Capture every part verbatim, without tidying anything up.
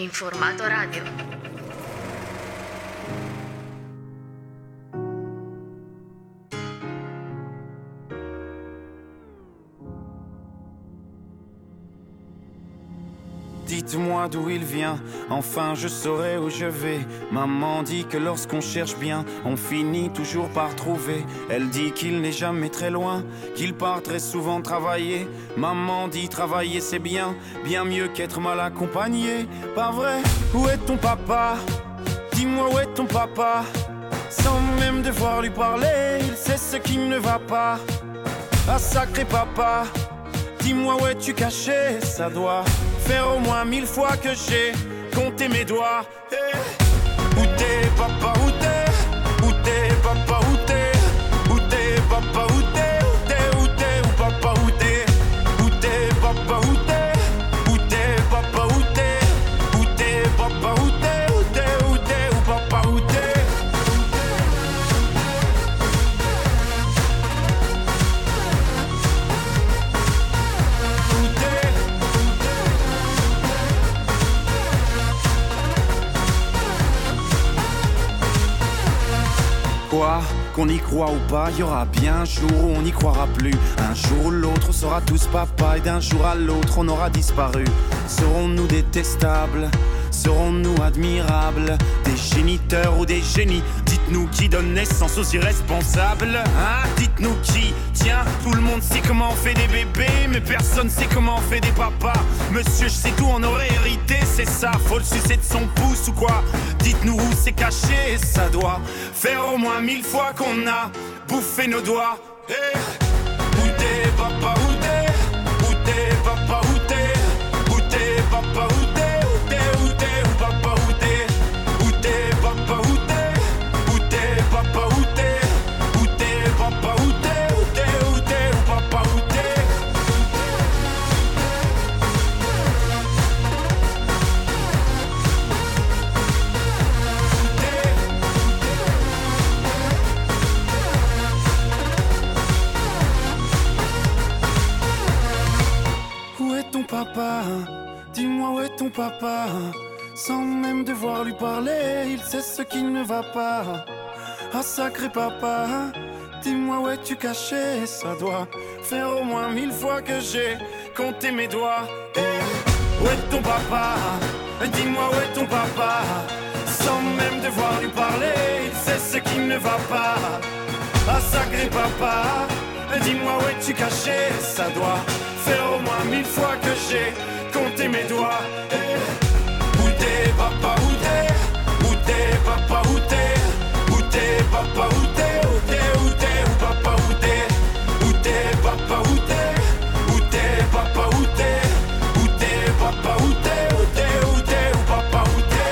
in formato radio. Dites-moi d'où il vient, enfin je saurai où je vais. Maman dit que lorsqu'on cherche bien, on finit toujours par trouver. Elle dit qu'il n'est jamais très loin, qu'il part très souvent travailler. Maman dit travailler c'est bien, bien mieux qu'être mal accompagné. Pas vrai? Où est ton papa? Dis-moi où est ton papa? Sans même devoir lui parler, il sait ce qui ne va pas. Ah sacré papa, dis-moi où es-tu caché? Ça doit faire au moins mille fois que j'ai compté mes doigts. Hey. Où t'es papa, où t'es? Où t'es papa, où t'es? Où t'es papa, où t'es? Où t'es, où t'es, où papa, où t'es? Où t'es papa, où t'es? Où t'es papa, où t'es? Où t'es papa, où t'es? Où t'es, où t'es, où papa, où t'es? Quoi, qu'on y croit ou pas, y aura bien un jour où on n'y croira plus. Un jour ou l'autre on sera tous papa et d'un jour à l'autre on aura disparu. Serons-nous détestables? Serons-nous admirables? Des géniteurs ou des génies? Dites-nous qui donne naissance aux irresponsables, hein? Dites-nous qui? Tiens, tout le monde sait comment on fait des bébés, mais personne sait comment on fait des papas. Monsieur, je sais tout, on aurait hérité, c'est ça. Faut le sucer de son pouce ou quoi? Dites-nous où c'est caché, ça doit faire au moins mille fois qu'on a bouffé nos doigts. Hey. Où t'es papa, où t'es? Où t'es papa, où t'es? Où t'es papa, où t'es? Où t'es, où t'es, où papa, où t'es? Où t'es papa, où t'es? Où t'es papa, où t'es? Où t'es papa, où t'es? Où t'es, où t'es, où papa, où t'es? Où est ton papa? Dis-moi où est ton papa? Sans même devoir lui parler, il sait ce qui ne va pas. Ah sacré papa, dis-moi où es-tu caché? Ça doit faire au moins mille fois que j'ai compté mes doigts. Hey. Où est ton papa? Dis-moi où est ton papa? Sans même devoir lui parler, il sait ce qui ne va pas. Ah sacré papa, dis-moi où es-tu caché? Ça doit faire au moins mille fois que j'ai compté mes doigts. Hey. Où t'es papa, où t'es? Où t'es papa, où t'es? Où t'es papa, où t'es? Où t'es, où t'es, où papa, où t'es? Où t'es papa, où t'es? Où t'es papa, où t'es? Où t'es papa, où t'es? Où t'es, où t'es, où papa, où t'es?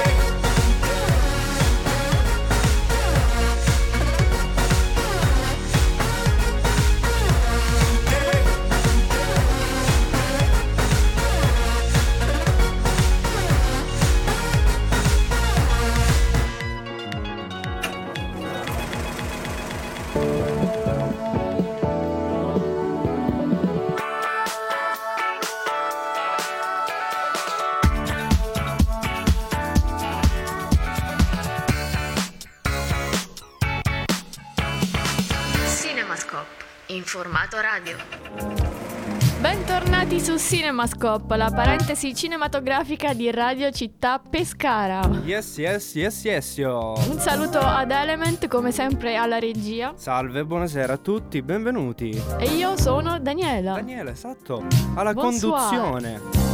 in formato radio. Bentornati su Cinemascope, la parentesi cinematografica di Radio Città Pescara. Yes, yes, yes, yes, yo. Un saluto ad Element, come sempre alla regia. Salve, buonasera a tutti, benvenuti. E io sono Daniela. Daniela, esatto, alla Bonsoir. conduzione.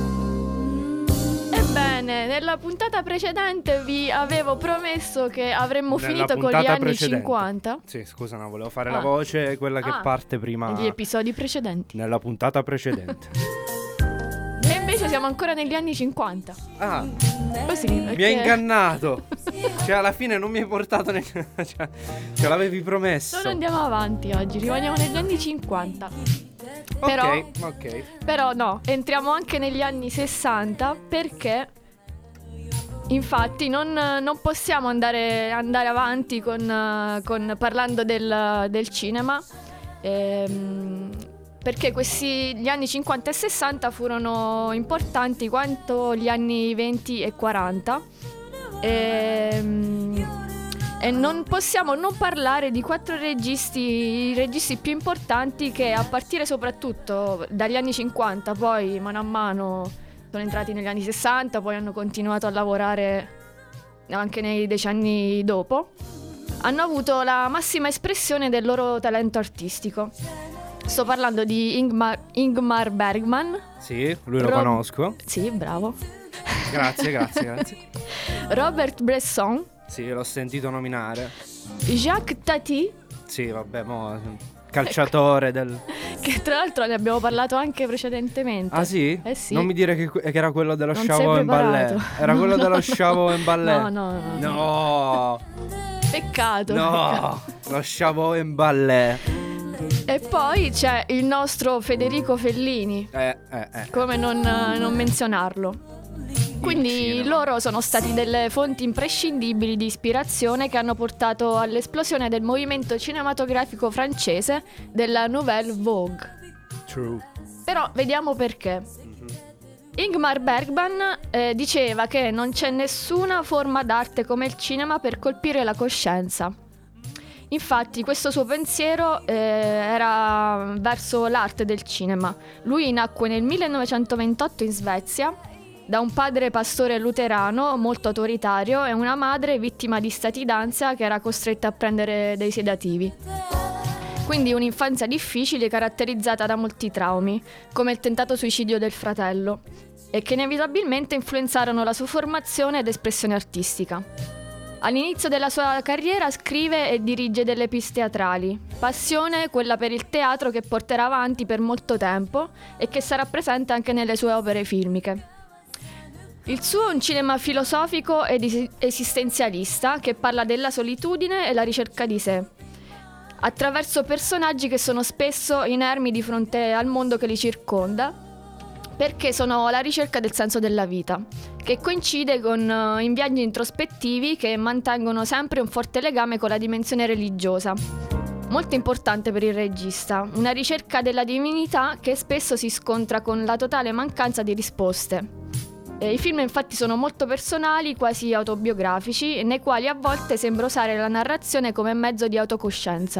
Ebbene, nella puntata precedente vi avevo promesso che avremmo Nella finito con gli puntata anni precedente. cinquanta. Sì, scusa, no, volevo fare Ah. la voce, quella che Ah. parte prima. Negli episodi precedenti. Nella puntata precedente. E invece siamo ancora negli anni cinquanta. Ah, Così. mi perché- hai ingannato. Cioè, alla fine non mi hai portato nel... cioè, ce l'avevi promesso. Non andiamo avanti oggi, rimaniamo negli anni cinquanta. Ok, Però, ok. però no, entriamo anche negli anni sessanta perché infatti non, non possiamo andare, andare avanti con, con- parlando del, del cinema ehm, perché questi gli anni cinquanta e sessanta furono importanti quanto gli anni venti e quaranta. E, e non possiamo non parlare di quattro registi, i registi più importanti che a partire soprattutto dagli anni cinquanta, poi mano a mano sono entrati negli anni sessanta, poi hanno continuato a lavorare anche nei decenni dopo, hanno avuto la massima espressione del loro talento artistico. Sto parlando di Ingmar, Ingmar Bergman. Sì, lui lo Rob- conosco. Sì, bravo. Grazie, grazie, grazie. Robert Bresson. Sì, l'ho sentito nominare. Jacques Tati. Sì, vabbè, mo calciatore del... Che tra l'altro ne abbiamo parlato anche precedentemente. Ah sì? Eh sì. Non mi dire che, che era quello dello Non Chavo sei en Ballet. preparato. Era quello No, dello no. Chavo en Ballet. No, no, no. No. Peccato. No, lo Chavo en Ballet. E poi c'è il nostro Federico Fellini. Eh, eh, eh. Come non, non menzionarlo? Quindi cinema. loro sono stati delle fonti imprescindibili di ispirazione che hanno portato all'esplosione del movimento cinematografico francese della Nouvelle Vogue. True. Però vediamo perché. Ingmar Bergman eh, diceva che non c'è nessuna forma d'arte come il cinema per colpire la coscienza. Infatti questo suo pensiero eh, era verso l'arte del cinema. Lui nacque nel millenovecentoventotto in Svezia da un padre pastore luterano molto autoritario e una madre vittima di stati d'ansia che era costretta a prendere dei sedativi. Quindi un'infanzia difficile caratterizzata da molti traumi, come il tentato suicidio del fratello, e che inevitabilmente influenzarono la sua formazione ed espressione artistica. All'inizio della sua carriera scrive e dirige delle pièce teatrali, passione quella per il teatro che porterà avanti per molto tempo e che sarà presente anche nelle sue opere filmiche. Il suo è un cinema filosofico ed es- esistenzialista che parla della solitudine e la ricerca di sé, attraverso personaggi che sono spesso inermi di fronte al mondo che li circonda, perché sono alla ricerca del senso della vita, che coincide con uh, in viaggi introspettivi che mantengono sempre un forte legame con la dimensione religiosa, molto importante per il regista, una ricerca della divinità che spesso si scontra con la totale mancanza di risposte. E i film infatti sono molto personali, quasi autobiografici, nei quali a volte sembra usare la narrazione come mezzo di autocoscienza.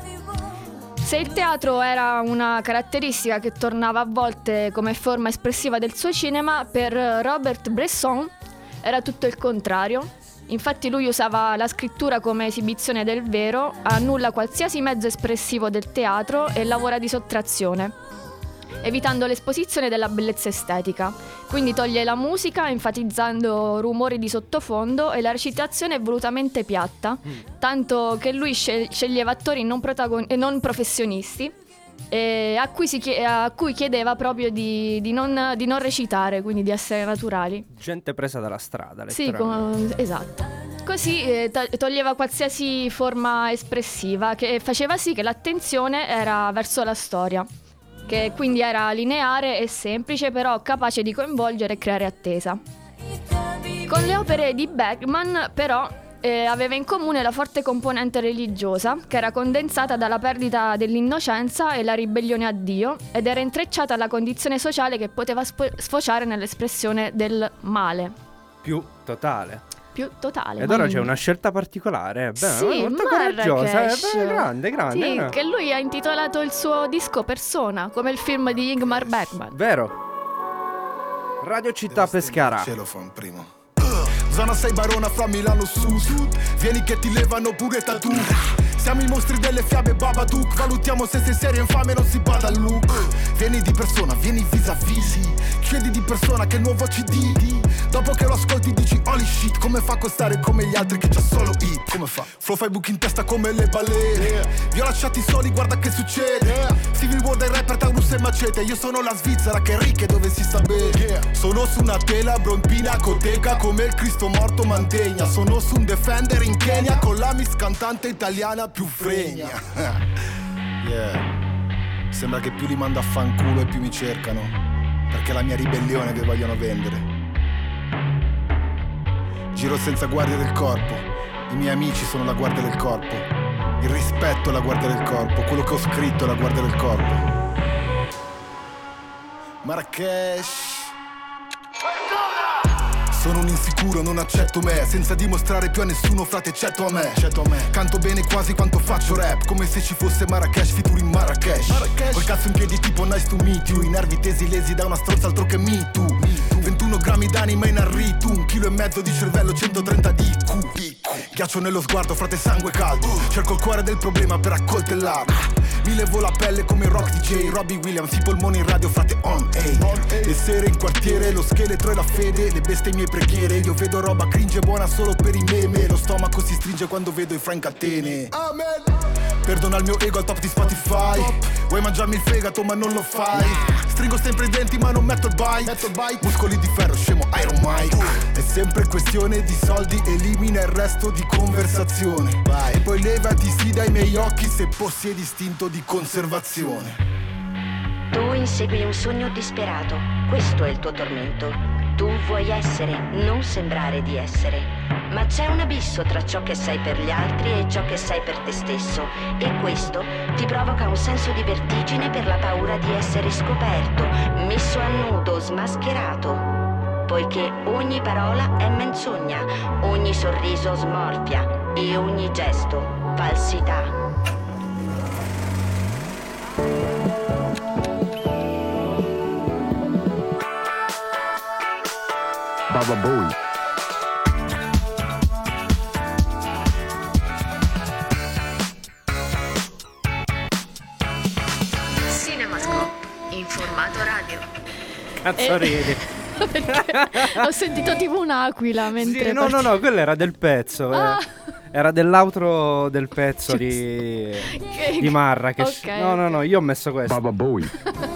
Se il teatro era una caratteristica che tornava a volte come forma espressiva del suo cinema, per Robert Bresson era tutto il contrario. Infatti lui usava la scrittura come esibizione del vero, annulla qualsiasi mezzo espressivo del teatro e lavora di sottrazione, evitando l'esposizione della bellezza estetica. Quindi toglie la musica, enfatizzando rumori di sottofondo, e la recitazione è volutamente piatta, tanto che lui scel- sceglieva attori non, protagon- e non professionisti, e a, cui si chie- a cui chiedeva proprio di, di, non, di non recitare, quindi di essere naturali. Gente presa dalla strada, Sì, letteralmente. com- esatto. Così eh, to- toglieva qualsiasi forma espressiva, che faceva sì che l'attenzione era verso la storia, che quindi era lineare e semplice, però capace di coinvolgere e creare attesa. Con le opere di Bergman, però, eh, aveva in comune la forte componente religiosa, che era condensata dalla perdita dell'innocenza e la ribellione a Dio, ed era intrecciata alla condizione sociale che poteva spo- sfociare nell'espressione del male. Più totale. Più totale. Ed ora ma- c'è una scelta particolare. Beh, Sì, molto coraggiosa. Marrakesh. Eh, beh, grande, grande. Sì, eh. che lui ha intitolato il suo disco Persona, come il film di Ingmar Bergman. Vero. Radio Città Pescara. Cielo fa un primo. Zona sei Barona fra Milano Sud. Vieni che ti levano pure tatu. Siamo i mostri delle fiabe Babadook. Valutiamo se sei serio e infame, non si bada al look. Vieni di persona, vieni vis-a-vis. Chiedi di persona che nuovo C D. Dopo che lo ascolti dici holy shit. Come fa a costare come gli altri che c'ha solo hit? Come fa? Flow fai buchi in testa come le balene, yeah. Vi ho lasciati soli, guarda che succede, yeah. Civil War dai rapper, Taurus e Macete. Io sono la Svizzera che è ricca e dove si sta bene, yeah. Sono su una tela, brompina, coteca come il Cristo morto mantegna. Sono su un Defender in Kenya con la miss cantante italiana più fregna. Yeah. Sembra che più li mando a fanculo e più mi cercano, perché la mia ribellione vi vogliono vendere. Giro senza guardia del corpo, i miei amici sono la guardia del corpo. Il rispetto è la guardia del corpo, quello che ho scritto è la guardia del corpo. Marrakesh. Sono un insicuro, non accetto me, senza dimostrare più a nessuno, frate, eccetto a me. Eccetto a me. Canto bene quasi quanto faccio rap, come se ci fosse Marrakesh, featuring Marrakesh. Marrakesh. Col cazzo in piedi tipo nice to meet you, i nervi tesi lesi da una stronza altro che me too. ventuno grammi d'anima in arritu, un chilo e mezzo di cervello, centotrenta di I Q. Ghiaccio nello sguardo, frate, sangue caldo. Cerco il cuore del problema per accoltellarlo. Mi levo la pelle come Rock D J, Robbie Williams, i polmoni in radio, frate, on air. Le sere in quartiere, lo scheletro e la fede, le bestie mie preghiere. Io vedo roba cringe buona solo per i meme. Lo stomaco si stringe quando vedo i fra in catene. Amen. Perdona il mio ego al top di Spotify. Vuoi mangiarmi il fegato ma non lo fai. Stringo sempre i denti ma non metto il bite. Muscoli di ferro, scemo Iron Mike. È sempre questione di soldi, elimina il resto di conversazione. E poi levati sì dai miei occhi se possiedi istinto di conservazione. Tu insegui un sogno disperato, questo è il tuo tormento. Tu vuoi essere, non sembrare di essere. Ma c'è un abisso tra ciò che sei per gli altri e ciò che sei per te stesso. E questo ti provoca un senso di vertigine per la paura di essere scoperto, messo a nudo, smascherato. Poiché ogni parola è menzogna, ogni sorriso smorfia e ogni gesto falsità. Baba Bowie. Cinemascope in formato radio. Cazzo Eh. ridi. Perché ho sentito tipo un'aquila mentre Sì, no, no, no, quello era del pezzo. eh. Ah. Era dell'outro del pezzo di, Che- di Marrakesh. Ok, No, no, ok. no, io ho messo questo. Baba Bowie.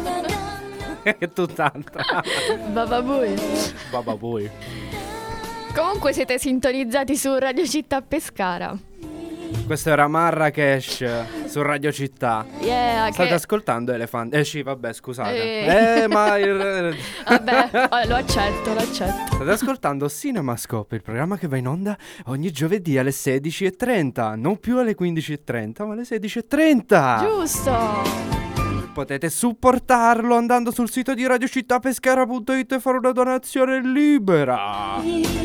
È tutt'altra. Baba Bui. Baba Bowie. Comunque siete sintonizzati su Radio Città Pescara. Questo era Marrakesh su Radio Città. Yeah, State che... ascoltando Elefante. Eh sì, vabbè, scusate. Eh. Eh, ma il- Vabbè, oh, lo accetto, lo accetto. State ascoltando Cinemascope, il programma che va in onda ogni giovedì alle sedici e trenta. Non più alle quindici e trenta, ma alle sedici e trenta. Giusto. Potete supportarlo andando sul sito di radiocittapescara punto it e fare una donazione libera.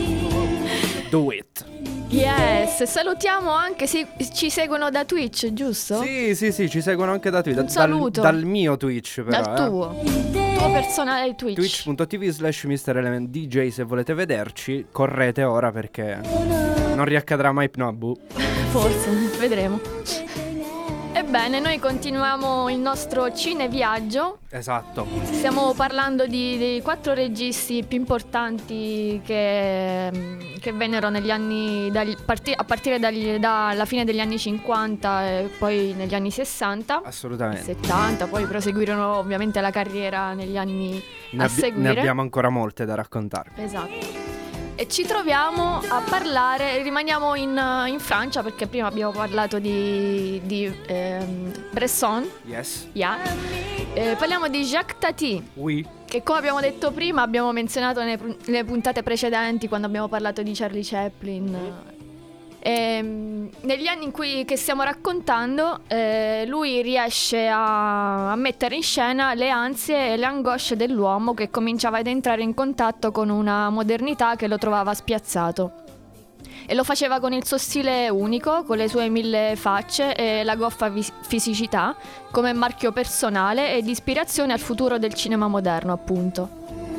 Do it. Yes, salutiamo anche se ci seguono da Twitch, giusto? Sì, sì, sì, ci seguono anche da Twitch. Un Dal, saluto. dal mio Twitch, però. Dal eh. tuo. Tuo personale Twitch. twitch punto tv slash mister element D J. Se volete vederci, correte ora perché non riaccadrà mai. No, boh. Forse, vedremo. Ebbene, noi continuiamo il nostro cineviaggio. Esatto. Stiamo parlando di, dei quattro registi più importanti che, che vennero negli anni dal- parti- a partire dagli- dalla fine degli anni cinquanta e poi negli anni sessanta, Assolutamente. settanta, poi proseguirono ovviamente la carriera negli anni Ne, a abbi- seguire. ne abbiamo ancora molte da raccontarvi. Esatto. E ci troviamo a parlare, rimaniamo in, in Francia perché prima abbiamo parlato di, di ehm, Bresson, Yes. yeah. Eh, parliamo di Jacques Tati, Oui. che come abbiamo detto prima abbiamo menzionato nelle, nelle puntate precedenti quando abbiamo parlato di Charlie Chaplin. Ehm, negli anni in cui che stiamo raccontando, eh, lui riesce a, a mettere in scena le ansie e le angosce dell'uomo che cominciava ad entrare in contatto con una modernità che lo trovava spiazzato. E lo faceva con il suo stile unico, con le sue mille facce e la goffa vis- fisicità, come marchio personale e di ispirazione al futuro del cinema moderno, appunto.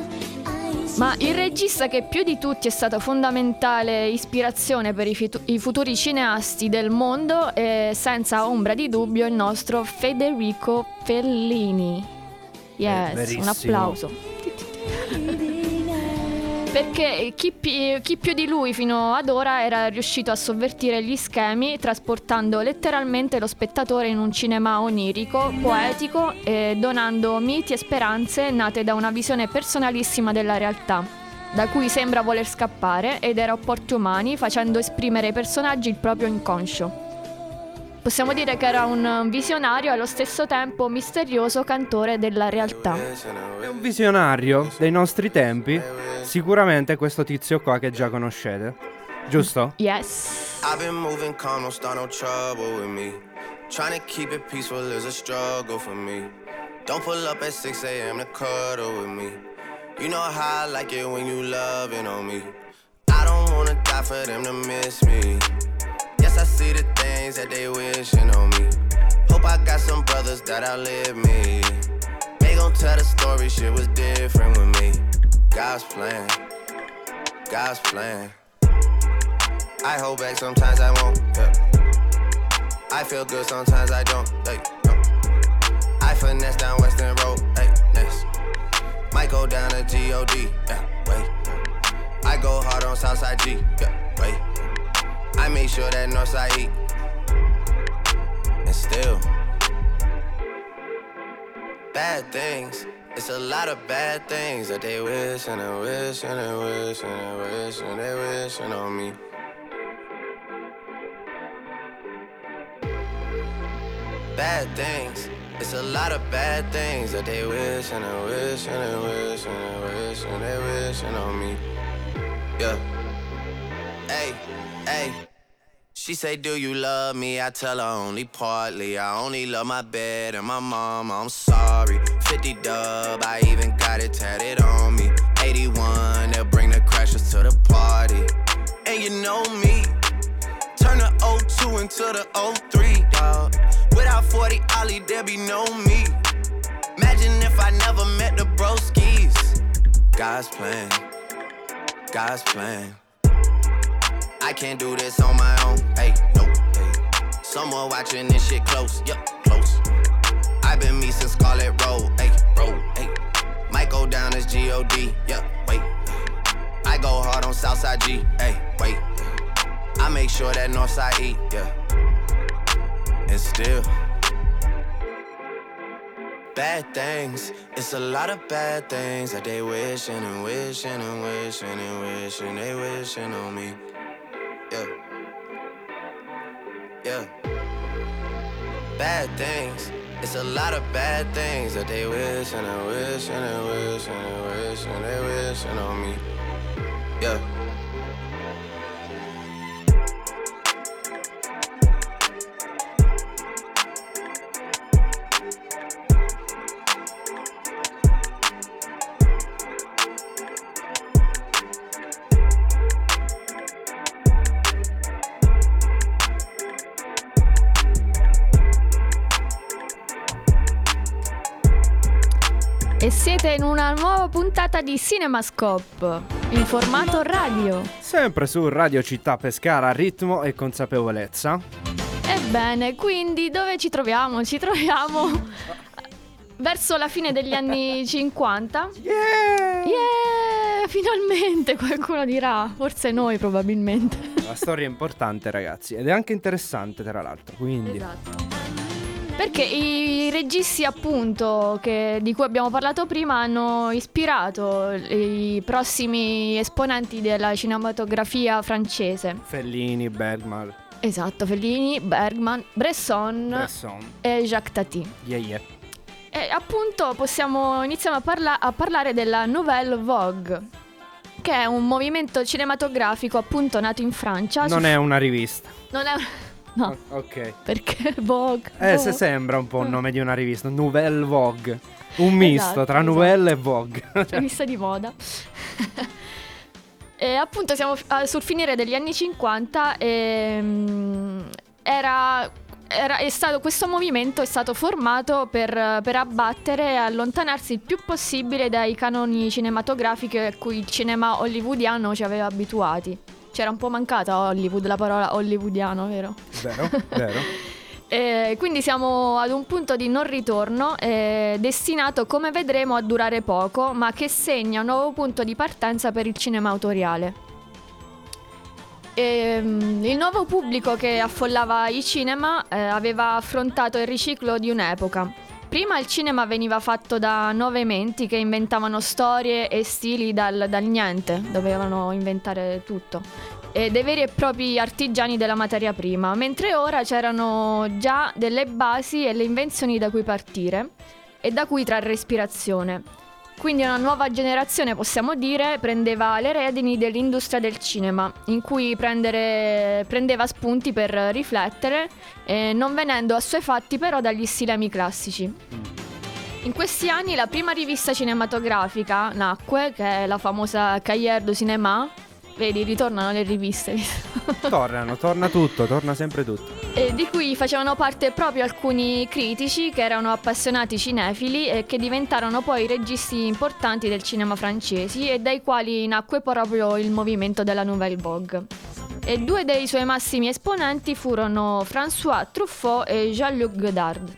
Ma il regista che più di tutti è stato fondamentale ispirazione per i, fitu- i futuri cineasti del mondo è senza ombra di dubbio il nostro Federico Fellini. Yes, verissimo. un applauso. Perché chi, pi- chi più di lui fino ad ora era riuscito a sovvertire gli schemi, trasportando letteralmente lo spettatore in un cinema onirico, poetico e donando miti e speranze nate da una visione personalissima della realtà, da cui sembra voler scappare, e dai rapporti umani, facendo esprimere ai personaggi il proprio inconscio. Possiamo dire che era un visionario e allo stesso tempo misterioso cantore della realtà. È un visionario dei nostri tempi. Sicuramente questo tizio qua che già conoscete. Giusto? Yes. I've been moving calm, don't start no trouble with me. Trying to keep it peaceful is a struggle for me. Don't pull up at six a.m. to cuddle with me. You know how I like it when you loving on me. I don't wanna die for them to miss me. Yes, I see the things that they wishing on me. Hope I got some brothers that outlive me. They gon' tell the story, shit was different with me. God's plan, God's plan. I hold back, sometimes I won't, yeah. I feel good, sometimes I don't, hey, no. I finesse down Western Road, hey, next. Might go down to G O D, yeah, wait. I go hard on Southside G, yeah, wait. I make sure that Northside eat. And still, bad things. It's a lot of bad things that they wish and they wish and they wish and they wish and they wishing on me. Bad things. It's a lot of bad things that they wish and they wish and they wish and they wish and they wishing on me. Yeah. Hey, hey. She say, do you love me? I tell her only partly. I only love my bed and my mama, I'm sorry. fifty dub, I even got it tatted on me. eighty-one, they'll bring the crashers to the party. And you know me, turn the oh two into the oh three, dawg. Without forty Ollie, there be no me. Imagine if I never met the broskies. God's plan, God's plan. I can't do this on my own, hey, nope, hey. Someone watching this shit close, yup, close. I've been me since Scarlet Road, hey, road, hey. Might go down as G O D, yup, wait. I go hard on Southside G, hey, wait. I make sure that Northside eat, yeah. And still, bad things. It's a lot of bad things that they wishing and wishing and wishing and wishing they wishing on me. Yeah, yeah. Bad things. It's a lot of bad things that they wish and they wish and they wish and they wish and they wishing on me. Yeah. E siete in una nuova puntata di Cinemascope, in formato radio. Sempre su Radio Città Pescara, ritmo e consapevolezza. Ebbene, quindi dove ci troviamo? Ci troviamo verso la fine degli anni cinquanta. Yeah! Yeah! Finalmente qualcuno dirà, forse noi probabilmente. La storia è importante, ragazzi, ed è anche interessante, tra l'altro, quindi... Esatto. Perché i registi, appunto, che, di cui abbiamo parlato prima, hanno ispirato i prossimi esponenti della cinematografia francese. Fellini, Bergman. Esatto, Fellini, Bergman, Bresson, Bresson. e Jacques Tati. Yeah, yeah. E appunto possiamo iniziamo a, parla- a parlare della Nouvelle Vogue, che è un movimento cinematografico appunto nato in Francia. Non su- è una rivista. Non è un... No, O- ok. perché Vogue? Eh, Vogue. se sembra un po' il nome di una rivista. Nouvelle Vogue. Un misto Esatto, tra esatto. Nouvelle e Vogue. Rivista di moda. E appunto siamo ah, sul finire degli anni cinquanta e mm, era, era è stato, questo movimento è stato formato per, per abbattere e allontanarsi il più possibile dai canoni cinematografici a cui il cinema hollywoodiano ci aveva abituati. C'era un po' mancata a Hollywood la parola hollywoodiano, vero? Vero, vero. E quindi siamo ad un punto di non ritorno, eh, destinato, come vedremo, a durare poco, ma che segna un nuovo punto di partenza per il cinema autoriale. E, mm, il nuovo pubblico che affollava i cinema eh, aveva affrontato il riciclo di un'epoca. Prima il cinema veniva fatto da nuove menti che inventavano storie e stili dal, dal niente, dovevano inventare tutto, e dei veri e propri artigiani della materia prima, mentre ora c'erano già delle basi e le invenzioni da cui partire e da cui trarre ispirazione. Quindi una nuova generazione, possiamo dire, prendeva le redini dell'industria del cinema, in cui prendere, prendeva spunti per riflettere, eh, non venendo assuefatti però dagli stilemi classici. In questi anni la prima rivista cinematografica nacque, che è la famosa Cahiers du Cinéma. Vedi, ritornano le riviste. Tornano, torna tutto, torna sempre tutto. E di cui facevano parte proprio alcuni critici che erano appassionati cinefili e che diventarono poi registi importanti del cinema francesi e dai quali nacque proprio il movimento della Nouvelle Vogue. E due dei suoi massimi esponenti furono François Truffaut e Jean-Luc Godard.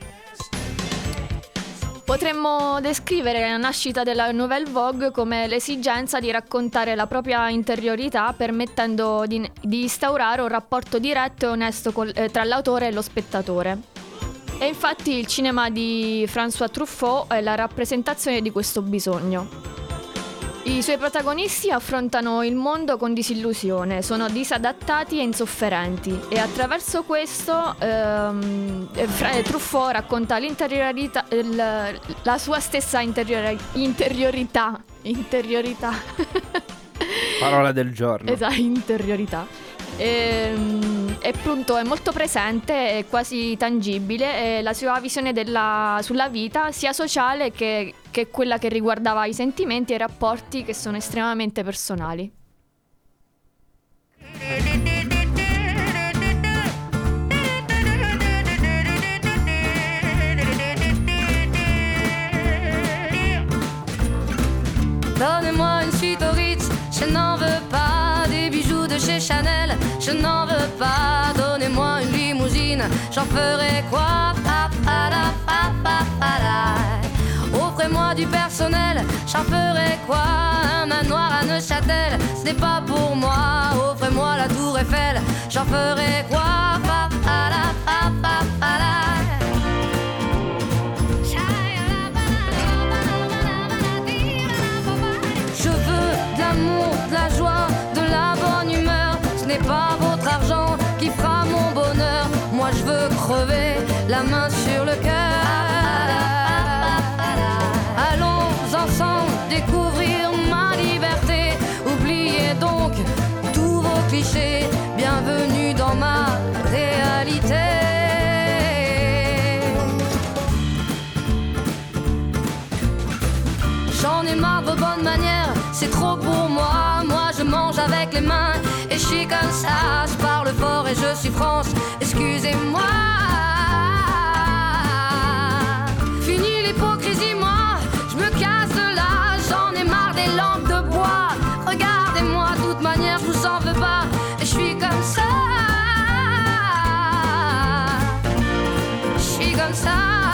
Potremmo descrivere la nascita della Nouvelle Vogue come l'esigenza di raccontare la propria interiorità, permettendo di, di instaurare un rapporto diretto e onesto col, eh, tra l'autore e lo spettatore. E infatti il cinema di François Truffaut è la rappresentazione di questo bisogno. I suoi protagonisti affrontano il mondo con disillusione, sono disadattati e insofferenti e attraverso questo ehm, Truffaut racconta l'interiorità, il, la sua stessa interiori- interiorità, interiorità. Parola del giorno. Esatto, interiorità. E, e appunto è molto presente, è quasi tangibile, e la sua visione della, sulla vita sia sociale che, che quella che riguardava i sentimenti e i rapporti, che sono estremamente personali. Donnez-moi une suite au Ritz, je n'en veux pas. Des bijoux de chez Chanel, je n'en veux pas. Donnez-moi une limousine, j'en ferai quoi? Pa, pa, la, pa, pa, pa, la. Offrez-moi du personnel, j'en ferai quoi? Un manoir à Neuchâtel, ce n'est pas pour moi. Offrez-moi la tour Eiffel, j'en ferai quoi? Pa, pa, la, pa, pa, pa, la. De la joie, de la bonne humeur, ce n'est pas votre argent qui fera mon bonheur. Moi je veux crever la main sur le cœur. Allons ensemble découvrir ma liberté. Oubliez donc tous vos clichés. Bienvenue dans ma réalité. J'en ai marre de vos bonnes manières, c'est trop pour moi. Moi je mange avec les mains et je suis comme ça. Je parle fort et je suis France, excusez-moi. Fini l'hypocrisie, moi je me casse de là. J'en ai marre des lampes de bois. Regardez-moi, de toute manière je vous en veux pas. Et je suis comme ça. Je suis comme ça.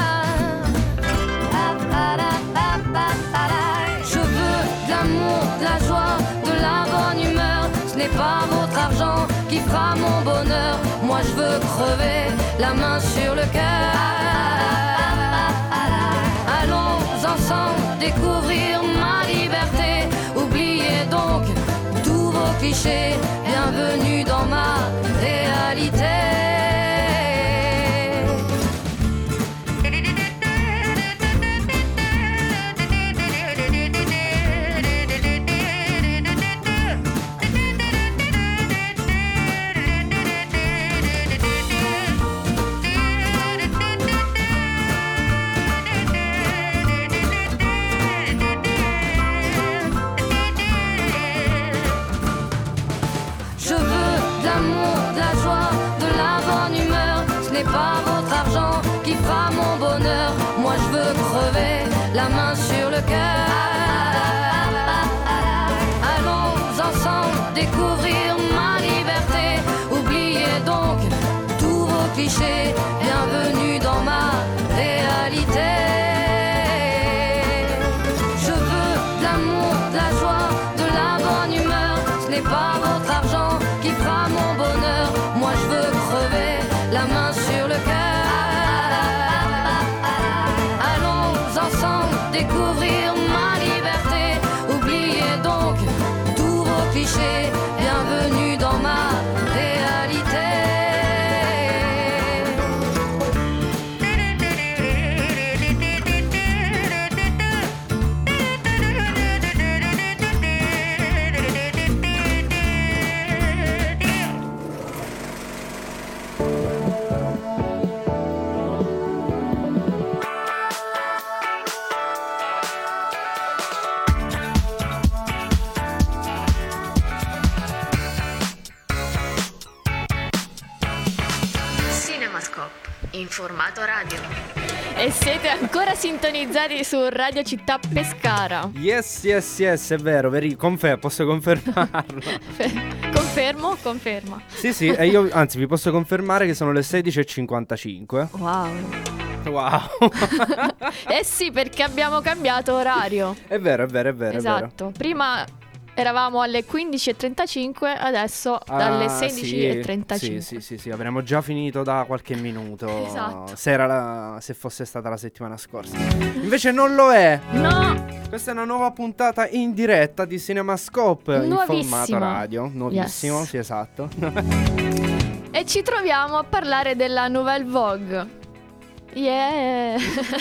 De la joie, de la bonne humeur, ce n'est pas votre argent qui fera mon bonheur. Moi je veux crever la main sur le cœur. Allons ensemble découvrir ma liberté. Oubliez donc tous vos clichés. Bienvenue dans ma réalité. Pas votre argent qui fera mon bonheur. Moi je veux crever la main sur le cœur. Allons ensemble découvrir ma liberté. Oubliez donc tous vos clichés. Bienvenue dans ma réalité. Je veux de l'amour, de la joie, de la bonne humeur. Ce n'est pas votre argent qui fera mon bonheur. Moi je veux crever la main sur le cœur. Allons ensemble découvrir ma liberté. Oubliez donc tous vos clichés. Bienvenue dans ma réalité. formato radio. E siete ancora sintonizzati su Radio Città Pescara. Yes, yes, yes, è vero, veri- confer- posso confermarlo. Confermo, conferma. Sì, sì, e io anzi vi posso confermare che sono le sedici e cinquantacinque. Wow. Wow. Eh sì, perché abbiamo cambiato orario. È vero, è vero, è vero. Esatto. Prima eravamo alle quindici e trentacinque, adesso dalle Ah, sedici e trentacinque. Sì, sì, sì, sì, avremmo già finito da qualche minuto. Esatto. Se, era la, se fosse stata la settimana scorsa. Invece non lo è. No. Questa è una nuova puntata in diretta di CinemaScope in Nuovissimo. formato radio. Nuovissimo, Yes. sì, esatto. E ci troviamo a parlare della Nouvelle Vogue. Yeah.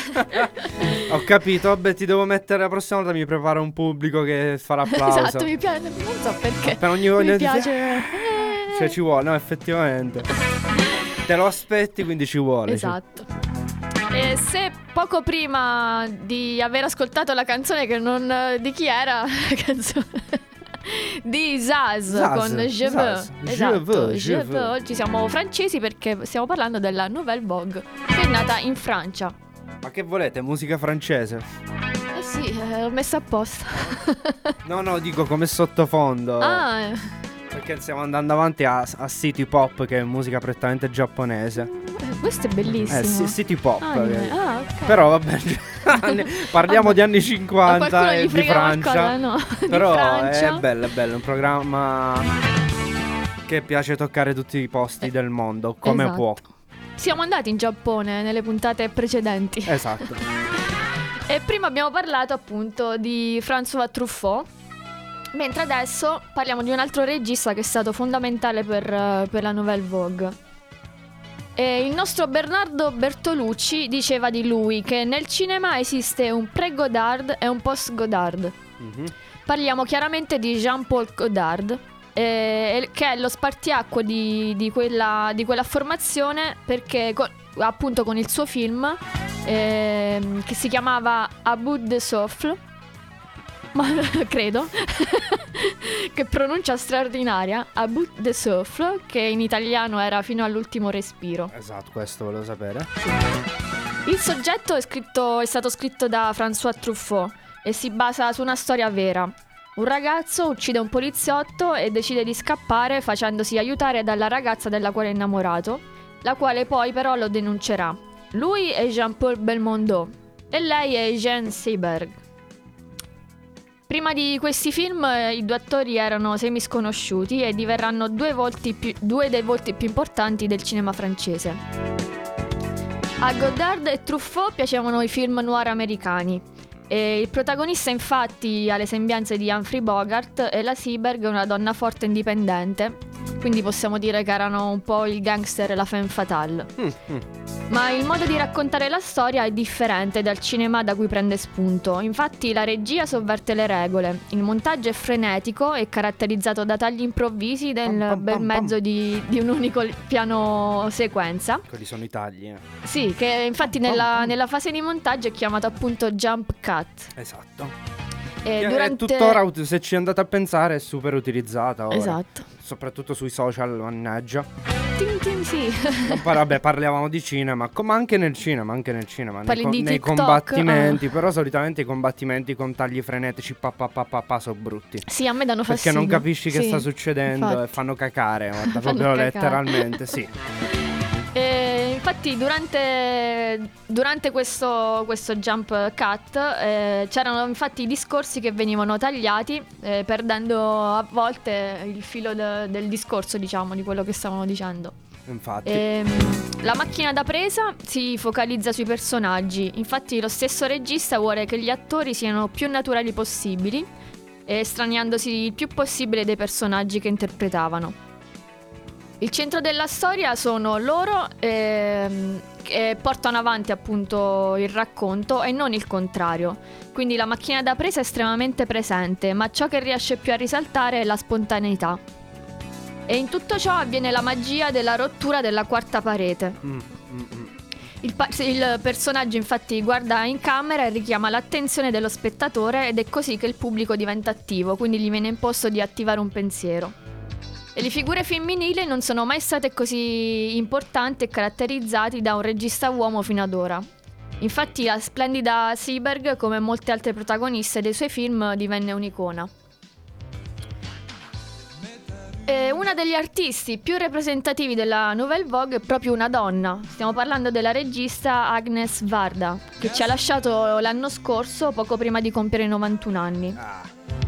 Ho capito, vabbè, ti devo mettere la prossima volta, mi preparo un pubblico che fa l'applauso. Esatto, mi piace, non so perché. Per ogni volta mi di- piace. Cioè ci vuole, no, effettivamente. Te lo aspetti, quindi ci vuole. Esatto. E se poco prima di aver ascoltato la canzone che non di chi era la canzone di Zaz, Zaz, con Je Zaz. veux. Je Esatto, veux, Je je veux. veux. Oggi siamo francesi perché stiamo parlando della Nouvelle Vogue, che è nata in Francia. Ma che volete, musica francese? Eh sì, eh, l'ho messa apposta. No, no, dico come sottofondo. Ah, eh, Perché stiamo andando avanti a, a City Pop, che è musica prettamente giapponese. questo è bellissimo. Eh, sì, City Pop. Ah, che- ah, ok. Però vabbè, parliamo Vabbè. di anni A cinquanta qualcuno e gli di frega Francia. qualcosa, no? Di Però Francia. è bello, è bello, è un programma che piace toccare tutti i posti Eh, del mondo, come esatto. può. Siamo andati in Giappone nelle puntate precedenti. Esatto. E prima abbiamo parlato appunto di François Truffaut, mentre adesso parliamo di un altro regista che è stato fondamentale per, eh, per la Nouvelle Vogue. E il nostro Bernardo Bertolucci diceva di lui che nel cinema esiste un pre-Godard e un post-Godard. Mhm. Parliamo chiaramente di Jean-Paul Godard, eh, che è lo spartiacque di, di quella, di quella formazione, perché co- appunto con il suo film ehm, che si chiamava A Bout de Souffle, ma credo che pronuncia straordinaria, A Bout de Souffle, che in italiano era Fino all'ultimo respiro. Esatto, questo volevo sapere. Il soggetto è, scritto, è stato scritto da François Truffaut e si basa su una storia vera. Un ragazzo uccide un poliziotto e decide di scappare facendosi aiutare dalla ragazza della quale è innamorato, la quale poi però lo denuncerà. Lui è Jean-Paul Belmondo e lei è Jeanne Seberg. Prima di questi film eh, i due attori erano semisconosciuti e diverranno due, volti più- due dei volti più importanti del cinema francese. A Godard e Truffaut piacevano i film noir americani. E il protagonista infatti ha le sembianze di Humphrey Bogart e la Seberg è una donna forte e indipendente, quindi possiamo dire che erano un po' il gangster e la femme fatale. Mm, mm. Ma il modo di raccontare la storia è differente dal cinema da cui prende spunto. Infatti la regia sovverte le regole, il montaggio è frenetico e caratterizzato da tagli improvvisi nel Pam, pam, bel pam, mezzo pam. di, di un unico piano sequenza. Quelli sono i tagli, eh. Sì, che infatti nella, nella fase di montaggio è chiamato appunto jump cut. Esatto. E Che è durante... tuttora, ut- se ci andate a pensare, è super utilizzata ora. Esatto. Soprattutto sui social, mannaggia. Tin, tin, sì. Ma poi, vabbè, parlavamo di cinema, co- ma anche nel cinema, anche nel cinema. Nei, Parli co- di nei TikTok? combattimenti, Ah. però solitamente i combattimenti con tagli frenetici, pa pa pa pa pa, sono brutti. Sì, a me danno Perché fastidio. non capisci che Sì, sta succedendo infatti. e fanno cacare, guarda, Fanno proprio cacare. letteralmente, sì. E infatti durante, durante questo, questo jump cut eh, c'erano infatti i discorsi che venivano tagliati, eh, perdendo a volte il filo de- del discorso, diciamo, di quello che stavano dicendo. Infatti. Ehm, la macchina da presa si focalizza sui personaggi, infatti lo stesso regista vuole che gli attori siano più naturali possibili, estraniandosi il più possibile dei personaggi che interpretavano. Il centro della storia sono loro ehm, che portano avanti appunto il racconto e non il contrario. Quindi la macchina da presa è estremamente presente, ma ciò che riesce più a risaltare è la spontaneità. E in tutto ciò avviene la magia della rottura della quarta parete. Mm, mm, mm. Il, pa- il personaggio infatti guarda in camera e richiama l'attenzione dello spettatore ed è così che il pubblico diventa attivo, quindi gli viene imposto di attivare un pensiero. E le figure femminili non sono mai state così importanti e caratterizzate da un regista uomo fino ad ora. Infatti la splendida Seberg, come molte altre protagoniste dei suoi film, divenne un'icona. E una degli artisti più rappresentativi della Nouvelle Vogue è proprio una donna. Stiamo parlando della regista Agnes Varda, che ci ha lasciato l'anno scorso, poco prima di compiere novantuno anni. Ah.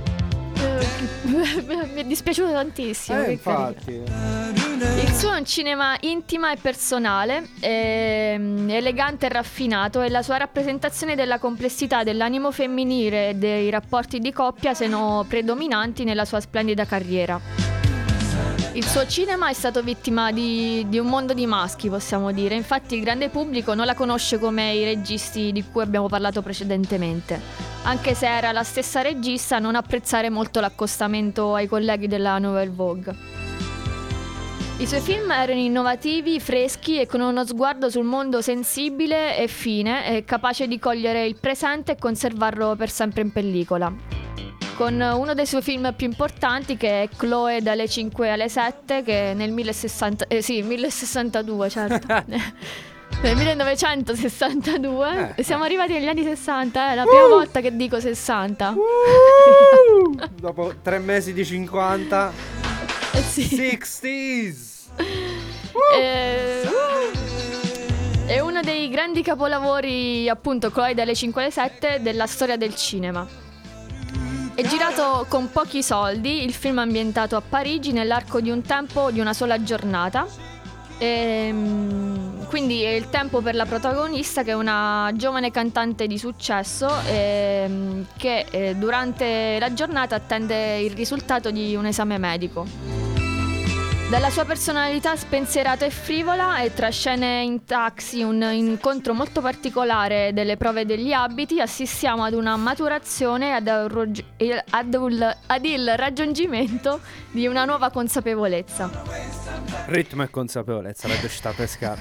Mi è dispiaciuto tantissimo. Eh, che infatti. Il suo è un cinema intimo e personale, ehm, elegante e raffinato, e la sua rappresentazione della complessità dell'animo femminile e dei rapporti di coppia sono predominanti nella sua splendida carriera. Il suo cinema è stato vittima di, di un mondo di maschi, possiamo dire. Infatti il grande pubblico non la conosce come i registi di cui abbiamo parlato precedentemente, anche se era la stessa regista a non apprezzare molto l'accostamento ai colleghi della Nouvelle Vogue. I suoi film erano innovativi, freschi e con uno sguardo sul mondo sensibile e fine, e capace di cogliere il presente e conservarlo per sempre in pellicola. Con uno dei suoi film più importanti, che è Chloe dalle cinque alle sette, che nel millesessanta, eh sì, millesessantadue, certo. Nel millenovecentosessantadue. Eh. Siamo arrivati negli anni sessanta, è eh, la prima uh. volta che dico sessanta. Uh. Dopo tre mesi di cinquanta. Eh sì. sessantas. Eh, è uno dei grandi capolavori, appunto, Chloe dalle cinque alle sette della storia del cinema. È girato con pochi soldi, il film è ambientato a Parigi nell'arco di un tempo di una sola giornata. E, quindi è il tempo per la protagonista, che è una giovane cantante di successo e, che eh, durante la giornata attende il risultato di un esame medico. Dalla sua personalità spensierata e frivola, e tra scene in taxi, un incontro molto particolare delle prove degli abiti, assistiamo ad una maturazione ad, ad, ad, ad il raggiungimento di una nuova consapevolezza. Ritmo e consapevolezza, Radio Città Pescara.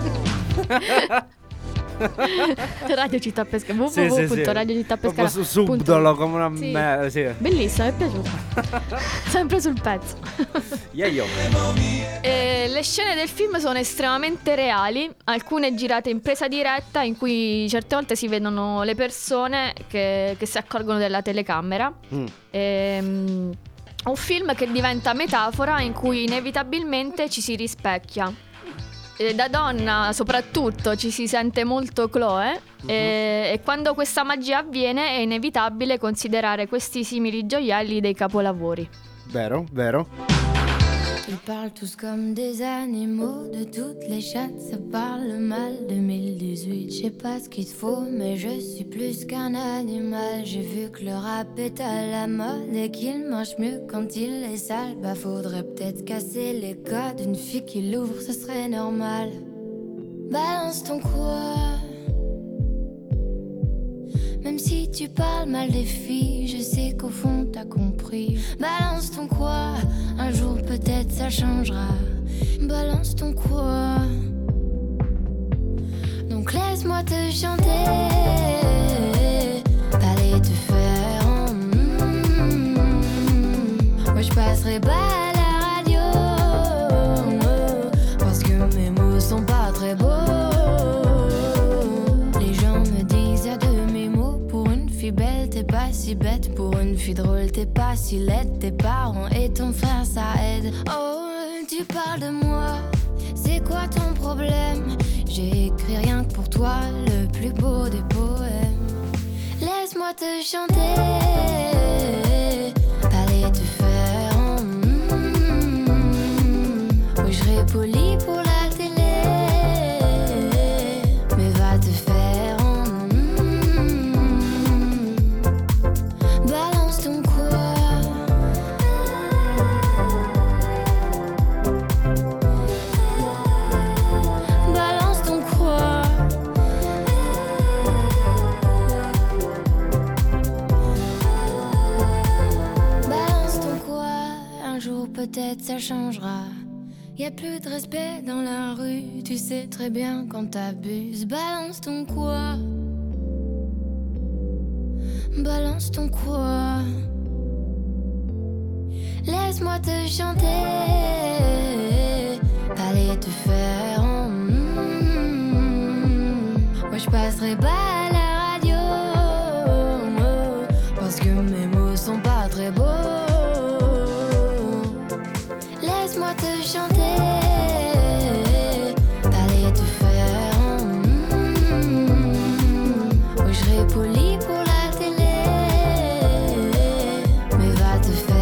Radio Città Pescara, w sì, w w sì, punto radio città pescara proprio su- subdolo come una sì. me- sì. Bellissimo, mi è piaciuto. Sempre sul pezzo. Yeah, yo. E le scene del film sono estremamente reali, alcune girate in presa diretta, in cui certe volte si vedono le persone che, che si accorgono della telecamera. Mm. E, un film che diventa metafora, in cui inevitabilmente ci si rispecchia. E da donna soprattutto ci si sente molto Chloe, uh-huh. e, e quando questa magia avviene è inevitabile considerare questi simili gioielli dei capolavori. Vero, vero. Ils parlent tous comme des animaux, de toutes les chattes, ça parle mal. deux mille dix-huit, je sais pas ce qu'il te faut, mais je suis plus qu'un animal. J'ai vu que le rap est à la mode et qu'il mange mieux quand il est sale. Bah faudrait peut-être casser les codes, une fille qui l'ouvre, ce serait normal. Balance ton quoi. Même si tu parles mal des filles, je sais qu'au fond t'as compris. Balance ton quoi, un jour peut-être ça changera. Balance ton quoi. Donc laisse-moi te chanter, t'allais te faire en mm-hmm. Moi je passerai pas à la radio, parce que mes mots sont pas très beaux. Les gens me disent à demi mots, pour une fille belle t'es pas si bête, pour une fille drôle t'es pas si laide. Tes parents et ton frère ça aide. Oh tu parles de moi, c'est quoi ton problème? J'ai écrit rien que pour toi, le plus beau des poèmes. Laisse-moi te chanter, t'allais te faire en mm-hmm. Oui je serai poli pour la télé, mais va te faire en mm-hmm. Balance ton quoi. Balance ton quoi. Balance ton quoi. Un jour peut-être ça changera. Y a plus de respect dans la rue, tu sais très bien quand t'abuses. Balance ton quoi. Balance ton quoi. Laisse-moi te chanter, aller te faire. Mm-hmm. Moi je passerai pas à la radio, parce que mes mots sont pas très beaux. Laisse-moi te chanter, aller te faire. Mm-hmm. Moi je serai poli pour la télé, mais va te faire.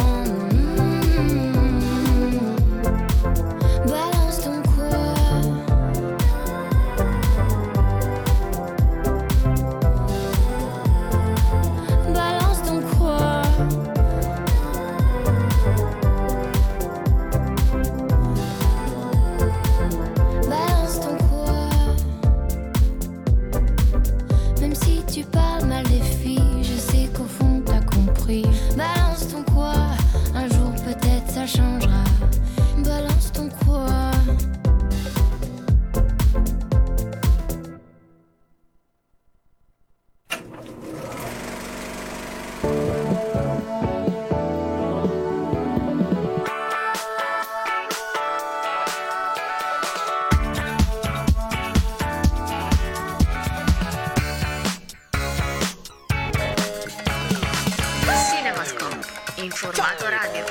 Balance ton quoi, un jour peut-être ça changera. Balance ton quoi. In formato radio.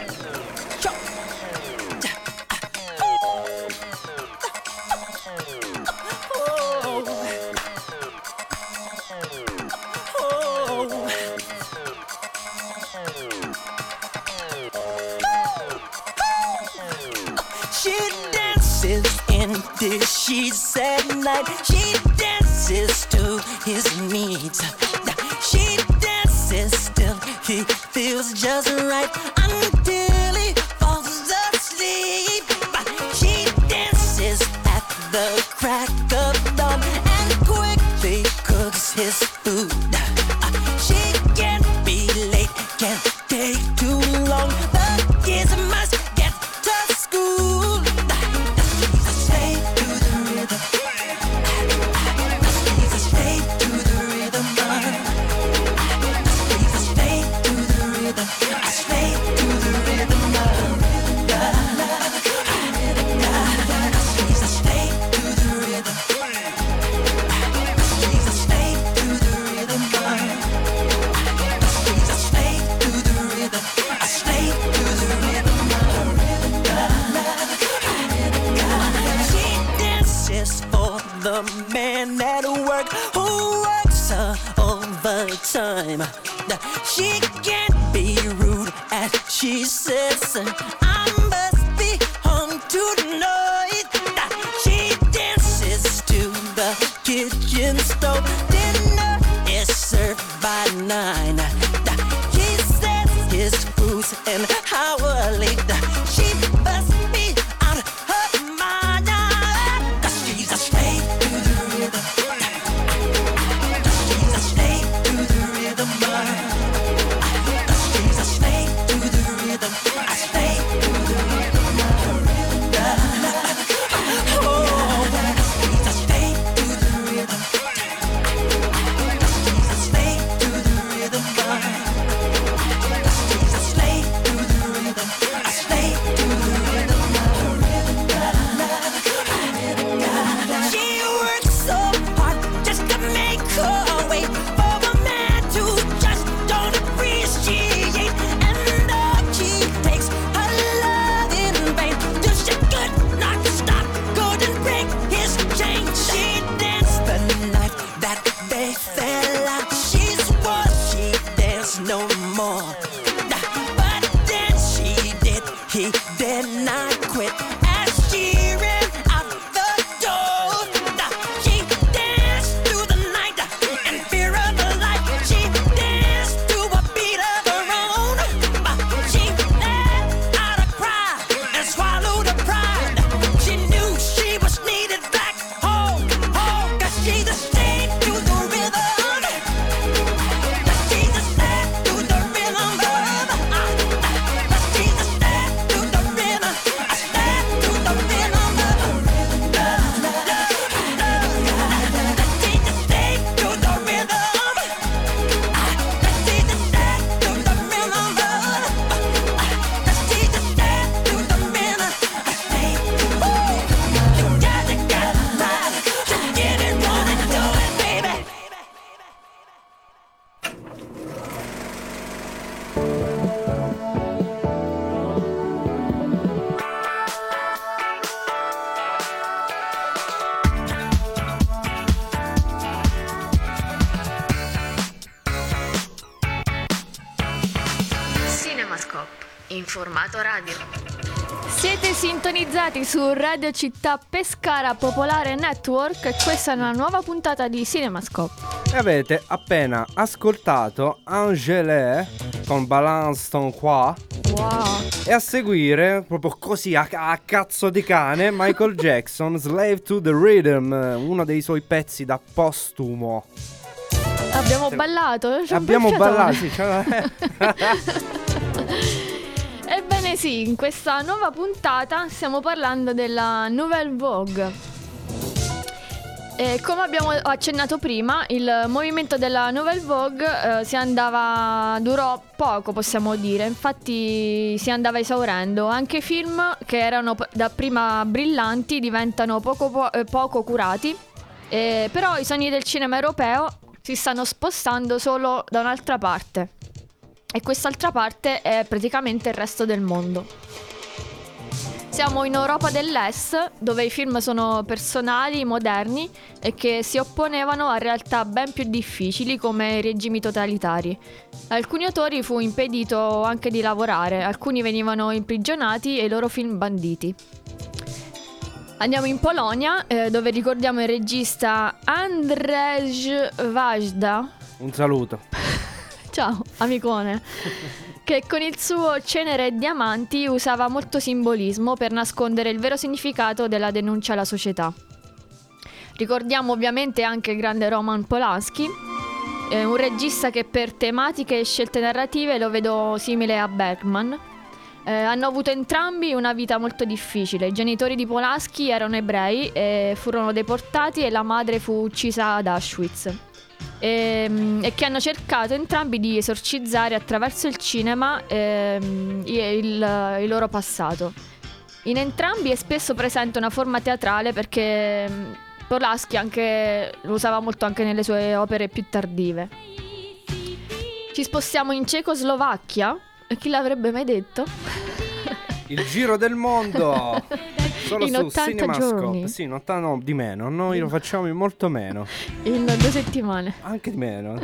She dances in the sheets at night. She dances to his needs. She dances till he feels just right until he falls asleep. She dances at the crack of dawn and quickly cooks his food. She can't be late, can't take too long. The kids must get to school. She's a slave to the rhythm. She's a slave to the rhythm. She's a slave to the rhythm. A slave to the rhythm. She's a slave to the rhythm. She's a slave to the rhythm. She's a slave to the rhythm. A slave to the rhythm. She dances for the man at work who works uh, overtime. She can't be rude as she says, I must be home tonight. She dances to the kitchen stove. Dinner is served by nine. He says his food's an hour late. She must be out her mind, 'cause she's a slave to the rhythm. She's a slave to the rhythm. She's a slave to the rhythm. A slave to the rhythm. Oh, she's a slave to the rhythm. She's a slave to the rhythm. She's a slave to the in formato radio. Siete sintonizzati su Radio Città Pescara Popolare Network e questa è una nuova puntata di Cinemascope. E avete appena ascoltato Angèle con Balance ton qua. Wow. E a seguire, proprio così a, a cazzo di cane, Michael Jackson, Slave to the Rhythm, uno dei suoi pezzi da postumo. Abbiamo ballato? C'è Abbiamo ballato, sì. Ebbene sì, in questa nuova puntata stiamo parlando della Nouvelle Vogue. E come abbiamo accennato prima, il movimento della Nouvelle Vogue eh, si andava durò poco, possiamo dire. Infatti si andava esaurendo. Anche i film che erano dapprima brillanti diventano poco, po- eh, poco curati. Eh, però i sogni del cinema europeo si stanno spostando solo da un'altra parte. E quest'altra parte è praticamente il resto del mondo. Siamo in Europa dell'Est, dove i film sono personali, moderni e che si opponevano a realtà ben più difficili come i regimi totalitari. A alcuni autori fu impedito anche di lavorare, alcuni venivano imprigionati e i loro film banditi. Andiamo in Polonia, eh, dove ricordiamo il regista Andrzej Wajda. Un saluto. Ciao, amicone. Che con il suo Cenere e Diamanti usava molto simbolismo per nascondere il vero significato della denuncia alla società. Ricordiamo ovviamente anche il grande Roman Polanski, eh, un regista che per tematiche e scelte narrative lo vedo simile a Bergman. Eh, hanno avuto entrambi una vita molto difficile. I genitori di Polanski erano ebrei e furono deportati e la madre fu uccisa ad Auschwitz. E, e che hanno cercato entrambi di esorcizzare attraverso il cinema ehm, il, il, il loro passato. In entrambi è spesso presente una forma teatrale perché Polanski anche, lo usava molto anche nelle sue opere più tardive. Ci spostiamo in Cecoslovacchia. E chi l'avrebbe mai detto? Il giro del mondo solo in su ottanta Cinemascope. giorni. Sì, in ottanta no, di meno. Noi lo facciamo in molto meno. In due settimane. Anche di meno.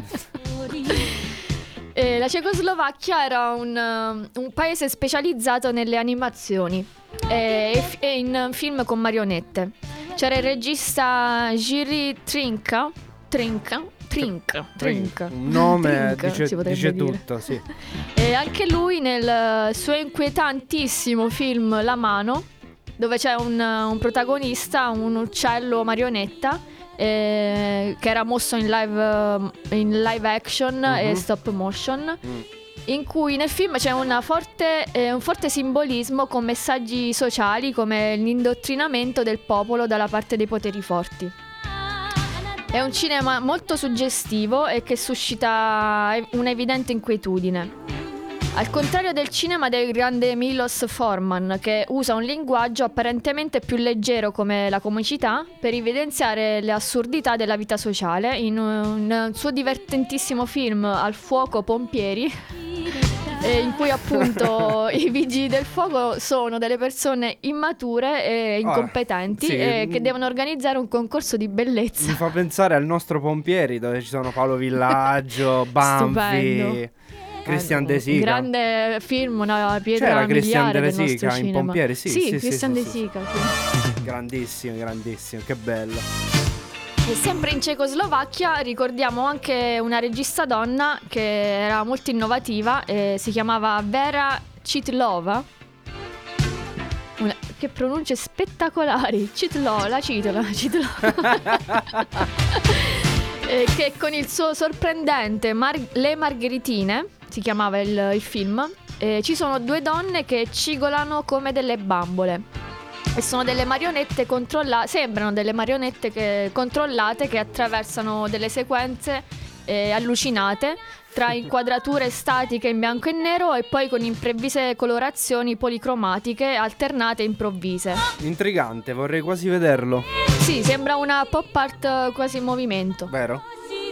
Eh, la Cecoslovacchia era un, um, un paese specializzato nelle animazioni eh, e, f- e in film con marionette. C'era il regista Jiří Trinka Trinka Trinka Trinka Un nome Trinka, dice, si potrebbe dice dire. tutto, sì. E anche lui nel suo inquietantissimo film La mano, dove c'è un, un protagonista, un uccello marionetta eh, che era mosso in live, in live action uh-huh. e stop motion, mm. in cui nel film c'è una forte, eh, un forte simbolismo con messaggi sociali come l'indottrinamento del popolo dalla parte dei poteri forti. È un cinema molto suggestivo e che suscita un'evidente inquietudine. Al contrario del cinema del grande Milos Forman, che usa un linguaggio apparentemente più leggero come la comicità per evidenziare le assurdità della vita sociale, in un suo divertentissimo film Al fuoco pompieri, in cui appunto i vigili del fuoco sono delle persone immature e incompetenti, oh, sì. e che devono organizzare un concorso di bellezza. Mi fa pensare al nostro Pompieri, dove ci sono Paolo Villaggio, Banfi, Christian De Sica. Grande film, una pietra C'era Christian miliare De del Sica nostro in cinema. Pompieri, sì, sì, sì, Christian sì, De sì, Sica, sì. sì. Grandissimo, grandissimo, che bello. E sempre in Cecoslovacchia ricordiamo anche una regista donna che era molto innovativa e si chiamava Vera Chytilova. Una, che pronunce spettacolari. Chytilova, la Chytilova, Chytilova. E che con il suo sorprendente Mar- Le Margheritine, si chiamava il, il film, eh, ci sono due donne che cigolano come delle bambole. E sono delle marionette controllate, sembrano delle marionette che, controllate che attraversano delle sequenze eh, allucinate tra inquadrature statiche in bianco e nero e poi con improvvise colorazioni policromatiche alternate e improvvise. Intrigante, vorrei quasi vederlo. Sì, sembra una pop art quasi in movimento. Vero?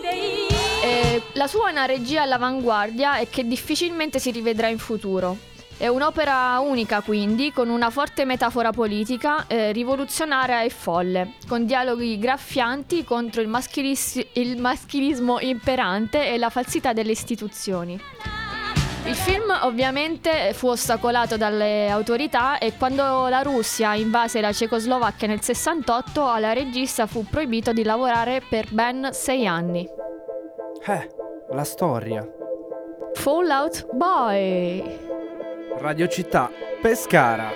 Eh, la sua è una regia all'avanguardia e che difficilmente si rivedrà in futuro. È un'opera unica, quindi, con una forte metafora politica, eh, rivoluzionaria e folle, con dialoghi graffianti contro il, maschilis- il maschilismo imperante e la falsità delle istituzioni. Il film ovviamente fu ostacolato dalle autorità e quando la Russia invase la Cecoslovacchia nel sessantotto, alla regista fu proibito di lavorare per ben sei anni. Eh, la storia. Fallout Boy. Radio Città, Pescara.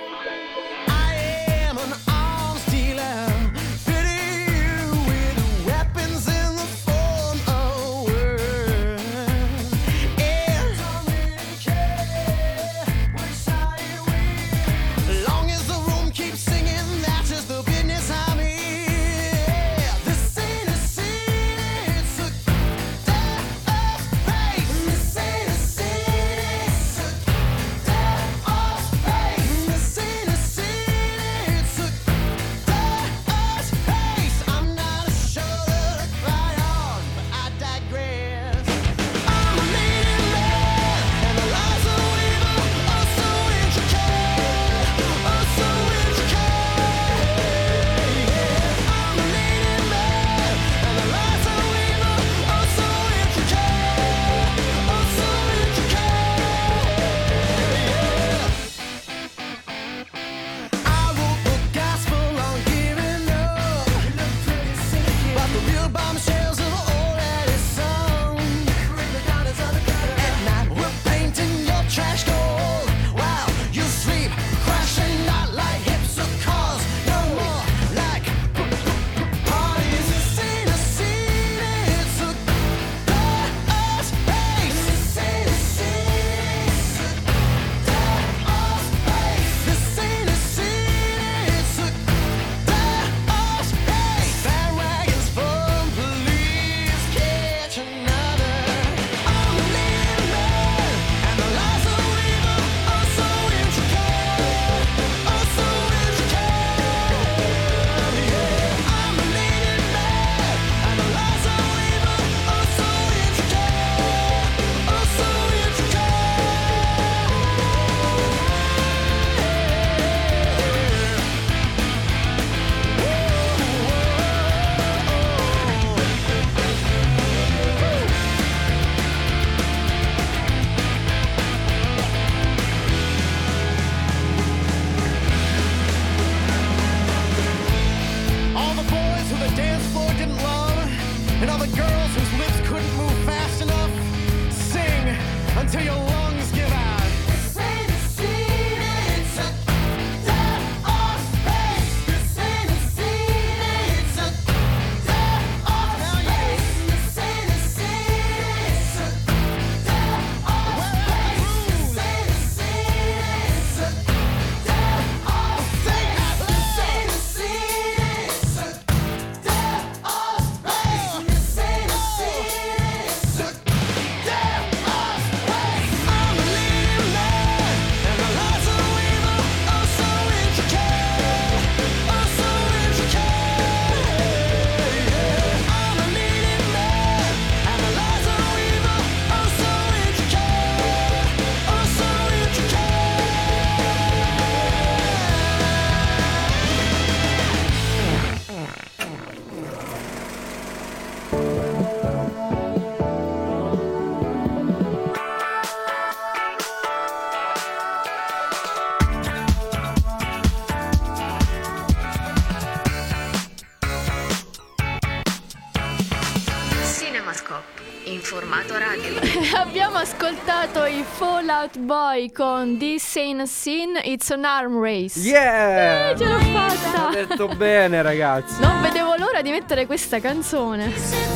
in formato radio. Abbiamo ascoltato i Fallout Boy con This Ain't a Sin, It's an Arm Race. Yeah! Eh, ce l'ho fatta! Ho detto bene, ragazzi. Non vedevo l'ora di mettere questa canzone.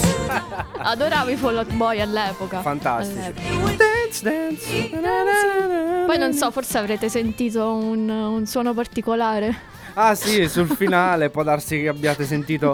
Adoravo i Fallout Boy all'epoca. Fantastici. All'epoca. Dance, dance. Poi non so, forse avrete sentito un, un suono particolare. Ah sì, sul finale può darsi che abbiate sentito.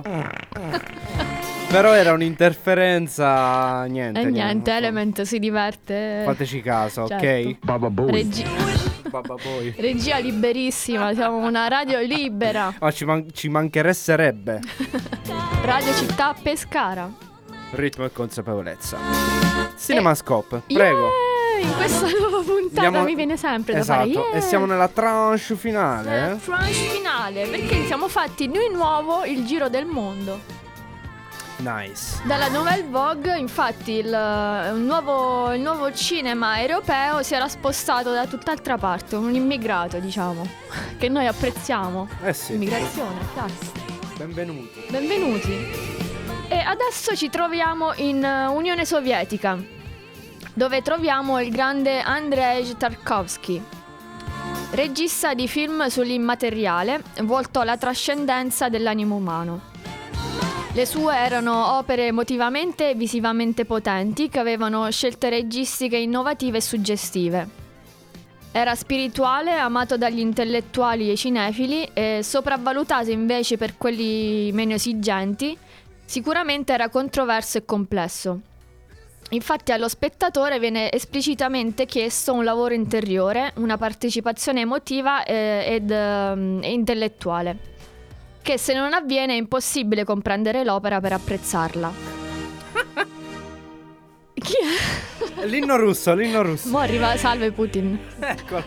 Però era un'interferenza. Niente, E niente, niente Element si diverte. Fateci caso, Certo. ok? Baba Boy. Regi- Baba Boy. Regia liberissima, siamo una radio libera. Oh, ci, man- ci mancherebbe. Radio Città Pescara. Ritmo e consapevolezza. Cinemascope, prego. Yeah, in questa nuova puntata Andiamo- mi viene sempre Esatto, da fare. e siamo nella tranche finale. eh? Tranche finale, perché siamo fatti noi nuovo il giro del mondo. Nice. Dalla Nouvelle Vogue, infatti, il, il, nuovo, il nuovo cinema europeo si era spostato da tutt'altra parte, un immigrato, diciamo, che noi apprezziamo. Eh sì. Immigrazione, chiaro. Benvenuti. Benvenuti. E adesso ci troviamo in Unione Sovietica, dove troviamo il grande Andrzej Tarkovsky, regista di film sull'immateriale, volto alla trascendenza dell'animo umano. Le sue erano opere emotivamente e visivamente potenti che avevano scelte registiche innovative e suggestive. Era spirituale, amato dagli intellettuali e cinefili e sopravvalutato invece per quelli meno esigenti. Sicuramente era controverso e complesso. Infatti allo spettatore viene esplicitamente chiesto un lavoro interiore, una partecipazione emotiva eh, ed eh, intellettuale, che se non avviene è impossibile comprendere l'opera per apprezzarla. Chi è? L'inno russo, l'inno russo. Mo' arriva Salve Putin. Eccolo.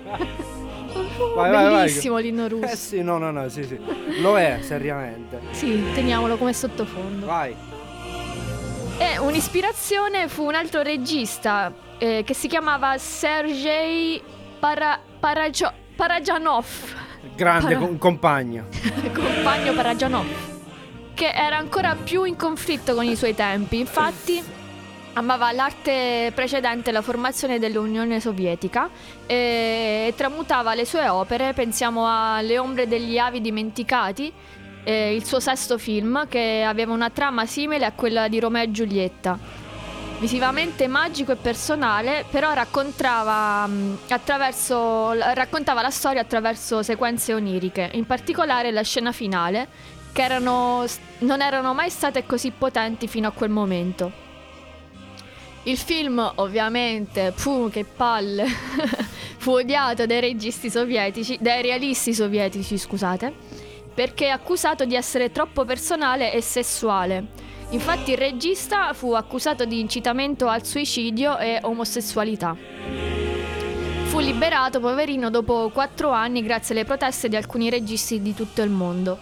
Oh, Vai, vai, bellissimo vai. l'inno russo. Eh sì, no, no, no, sì, sì. Lo è, seriamente. Sì, teniamolo come sottofondo. Vai. E un'ispirazione fu un altro regista eh, che si chiamava Sergei Para- Parajo- Parajanov. Grande Para- com- compagno. compagno Parajanov, che era ancora più in conflitto con i suoi tempi. Infatti amava l'arte precedente la formazione dell'Unione Sovietica e tramutava le sue opere. Pensiamo a Le ombre degli avi dimenticati, eh, il suo sesto film, che aveva una trama simile a quella di Romeo e Giulietta, visivamente magico e personale, però raccontava, mh, attraverso, raccontava la storia attraverso sequenze oniriche, in particolare la scena finale, che erano, non erano mai state così potenti fino a quel momento. Il film, ovviamente, puh, che palle, fu odiato dai registi sovietici, dai realisti sovietici, scusate, perché è accusato di essere troppo personale e sessuale. Infatti il regista fu accusato di incitamento al suicidio e omosessualità. Fu liberato, poverino, dopo quattro anni grazie alle proteste di alcuni registi di tutto il mondo.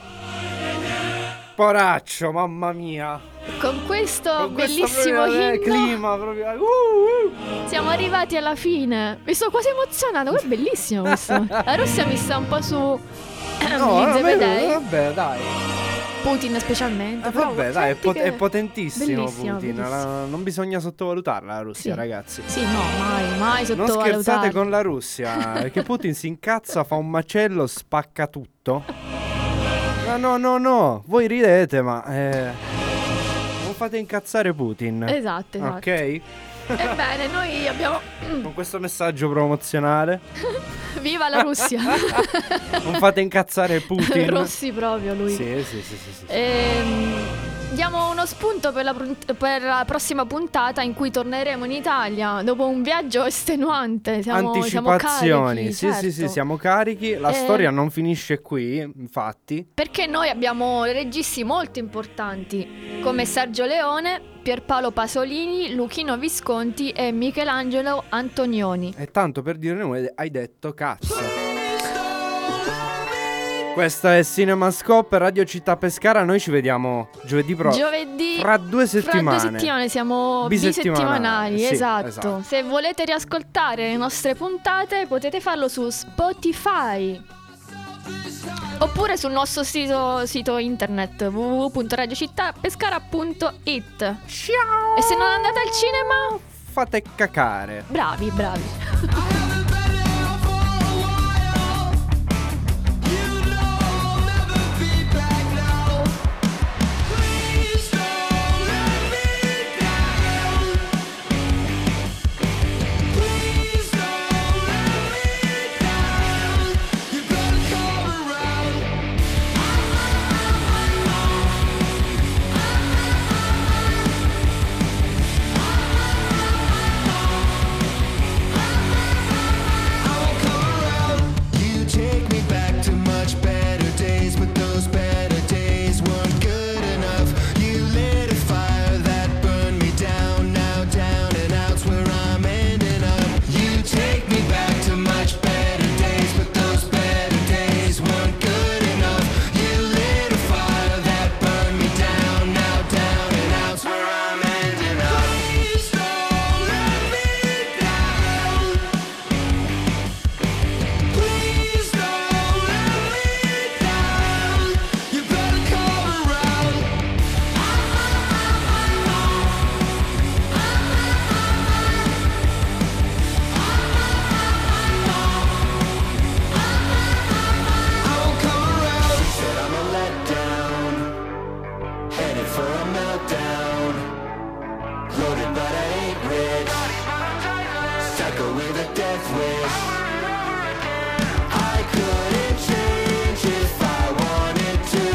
Poraccio, mamma mia. Con questo Con bellissimo questo proprio, eh, inno clima proprio. Uh, uh. siamo arrivati alla fine. Mi sto quasi emozionando, è bellissimo questo. La Russia mi sta un po' su No, gli vabbè, zebedei. vabbè, dai. Putin specialmente. Eh, però vabbè, dai, è, senti pot- che- è potentissimo Bellissimo, Putin. bellissimo. La- non bisogna sottovalutarla la Russia, Sì. ragazzi. Sì, no, mai, mai Non sottovalutare. scherzate con la Russia, perché Putin si incazza, fa un macello, spacca tutto. Ma no, no, no, voi ridete, ma eh, non fate incazzare Putin. Esatto, esatto. Ok? Ebbene, noi abbiamo... Con questo messaggio promozionale, Viva la Russia! non fate incazzare Putin. Rossi proprio lui. Sì, sì, sì, sì, sì. Ehm, diamo uno spunto per la, prunt- per la prossima puntata in cui torneremo in Italia dopo un viaggio estenuante. Siamo, siamo Anticipazioni, carichi, sì, sì, sì, certo. siamo carichi. La Eh, storia non finisce qui, infatti. Perché noi abbiamo registi molto importanti come Sergio Leone, Pierpaolo Pasolini, Luchino Visconti e Michelangelo Antonioni. E tanto per dire noi hai detto cazzo. Questa è CinemaScope, Radio Città Pescara. Noi ci vediamo giovedì prossimo. Giovedì Fra due settimane. Fra due settimane siamo Bisettimanali, bisettimanali, sì, esatto. esatto. Se volete riascoltare le nostre puntate potete farlo su Spotify oppure sul nostro sito, sito internet w w w punto radiocittapescara punto it. Ciao! E se non andate al cinema, Fate cacare. bravi, bravi. go with a death wish. I couldn't change if I wanted to.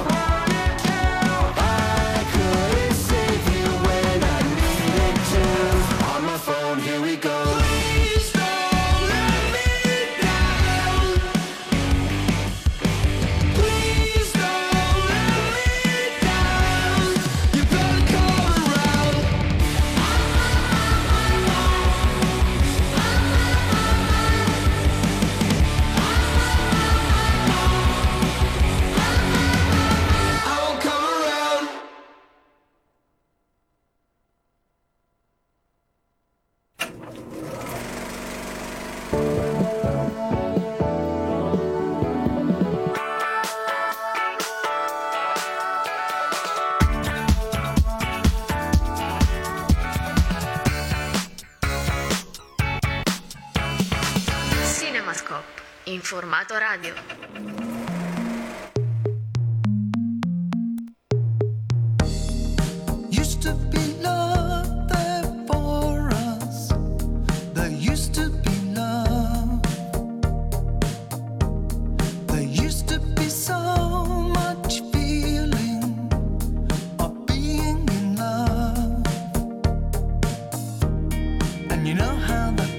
I couldn't save you when I needed to. On my phone, here we go. Please don't let me down. Please don't let me down. You better come around. I won't come around. Cinemascope in formato radio. Used to be love there for us. There used to be love. There used to be so much feeling of being in love. And you know how that